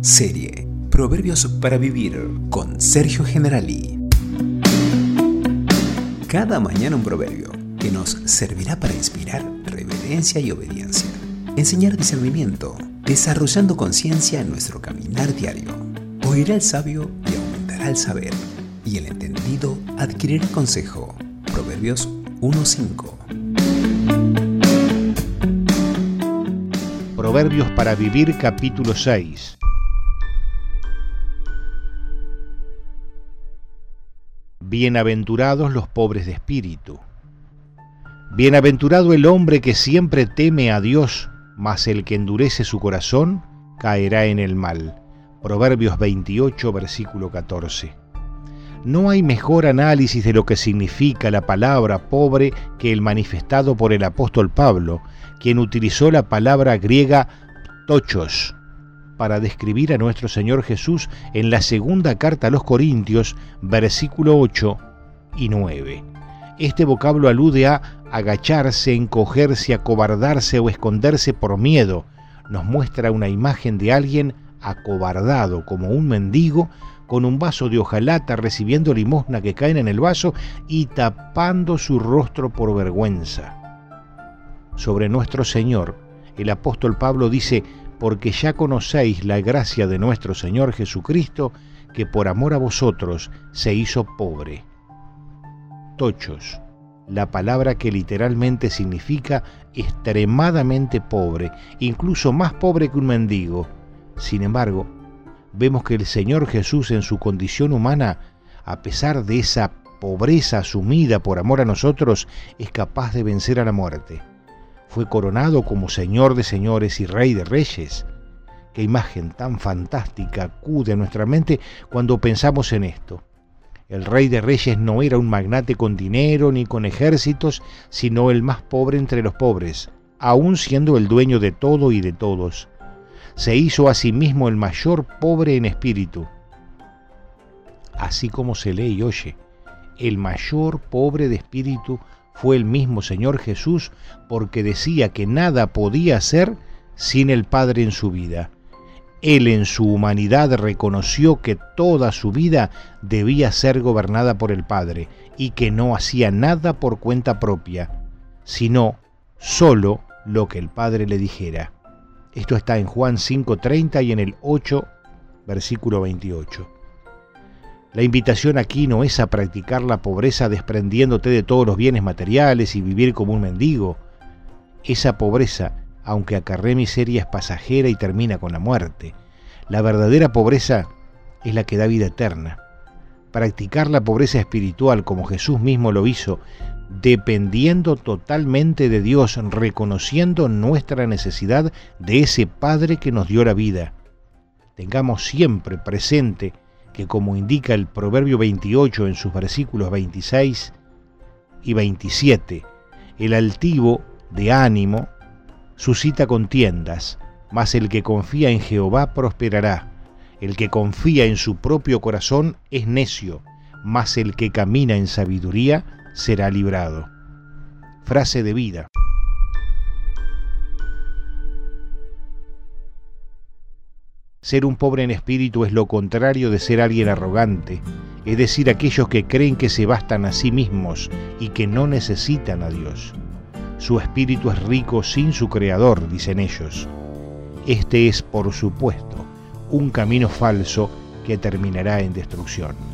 Serie Proverbios para Vivir con Sergio Generali. Cada mañana un proverbio que nos servirá para inspirar reverencia y obediencia, enseñar discernimiento, desarrollando conciencia en nuestro caminar diario. Oirá el sabio y aumentará el saber, y el entendido adquirirá consejo. Proverbios 1:5. Proverbios para Vivir, capítulo 6. Bienaventurados los pobres de espíritu. Bienaventurado el hombre que siempre teme a Dios, mas el que endurece su corazón caerá en el mal. Proverbios 28, versículo 14. No hay mejor análisis de lo que significa la palabra pobre que el manifestado por el apóstol Pablo, quien utilizó la palabra griega ptochos para describir a nuestro Señor Jesús en la segunda carta a los Corintios, versículo 8 y 9. Este vocablo alude a agacharse, encogerse, acobardarse o esconderse por miedo. Nos muestra una imagen de alguien acobardado, como un mendigo, con un vaso de hojalata recibiendo limosna que caen en el vaso y tapando su rostro por vergüenza. Sobre nuestro Señor, el apóstol Pablo dice: porque ya conocéis la gracia de nuestro Señor Jesucristo, que por amor a vosotros se hizo pobre. Tochos, la palabra que literalmente significa extremadamente pobre, incluso más pobre que un mendigo. Sin embargo, vemos que el Señor Jesús en su condición humana, a pesar de esa pobreza asumida por amor a nosotros, es capaz de vencer a la muerte. Fue coronado como Señor de señores y Rey de reyes. Qué imagen tan fantástica acude a nuestra mente cuando pensamos en esto. El Rey de reyes no era un magnate con dinero ni con ejércitos, sino el más pobre entre los pobres, aun siendo el dueño de todo y de todos. Se hizo a sí mismo el mayor pobre en espíritu. Así como se lee y oye, el mayor pobre de espíritu fue el mismo Señor Jesús, porque decía que nada podía hacer sin el Padre en su vida. Él en su humanidad reconoció que toda su vida debía ser gobernada por el Padre y que no hacía nada por cuenta propia, sino solo lo que el Padre le dijera. Esto está en Juan 5:30 y en el 8, versículo 28. La invitación aquí no es a practicar la pobreza desprendiéndote de todos los bienes materiales y vivir como un mendigo. Esa pobreza, aunque acarree miseria, es pasajera y termina con la muerte. La verdadera pobreza es la que da vida eterna. Practicar la pobreza espiritual como Jesús mismo lo hizo, dependiendo totalmente de Dios, reconociendo nuestra necesidad de ese Padre que nos dio la vida. Tengamos siempre presente que, como indica el Proverbio 28 en sus versículos 26 y 27, el altivo de ánimo suscita contiendas, mas el que confía en Jehová prosperará. El que confía en su propio corazón es necio, mas el que camina en sabiduría será librado. Frase de vida. Ser un pobre en espíritu es lo contrario de ser alguien arrogante, es decir, aquellos que creen que se bastan a sí mismos y que no necesitan a Dios. Su espíritu es rico sin su Creador, dicen ellos. Este es, por supuesto, un camino falso que terminará en destrucción.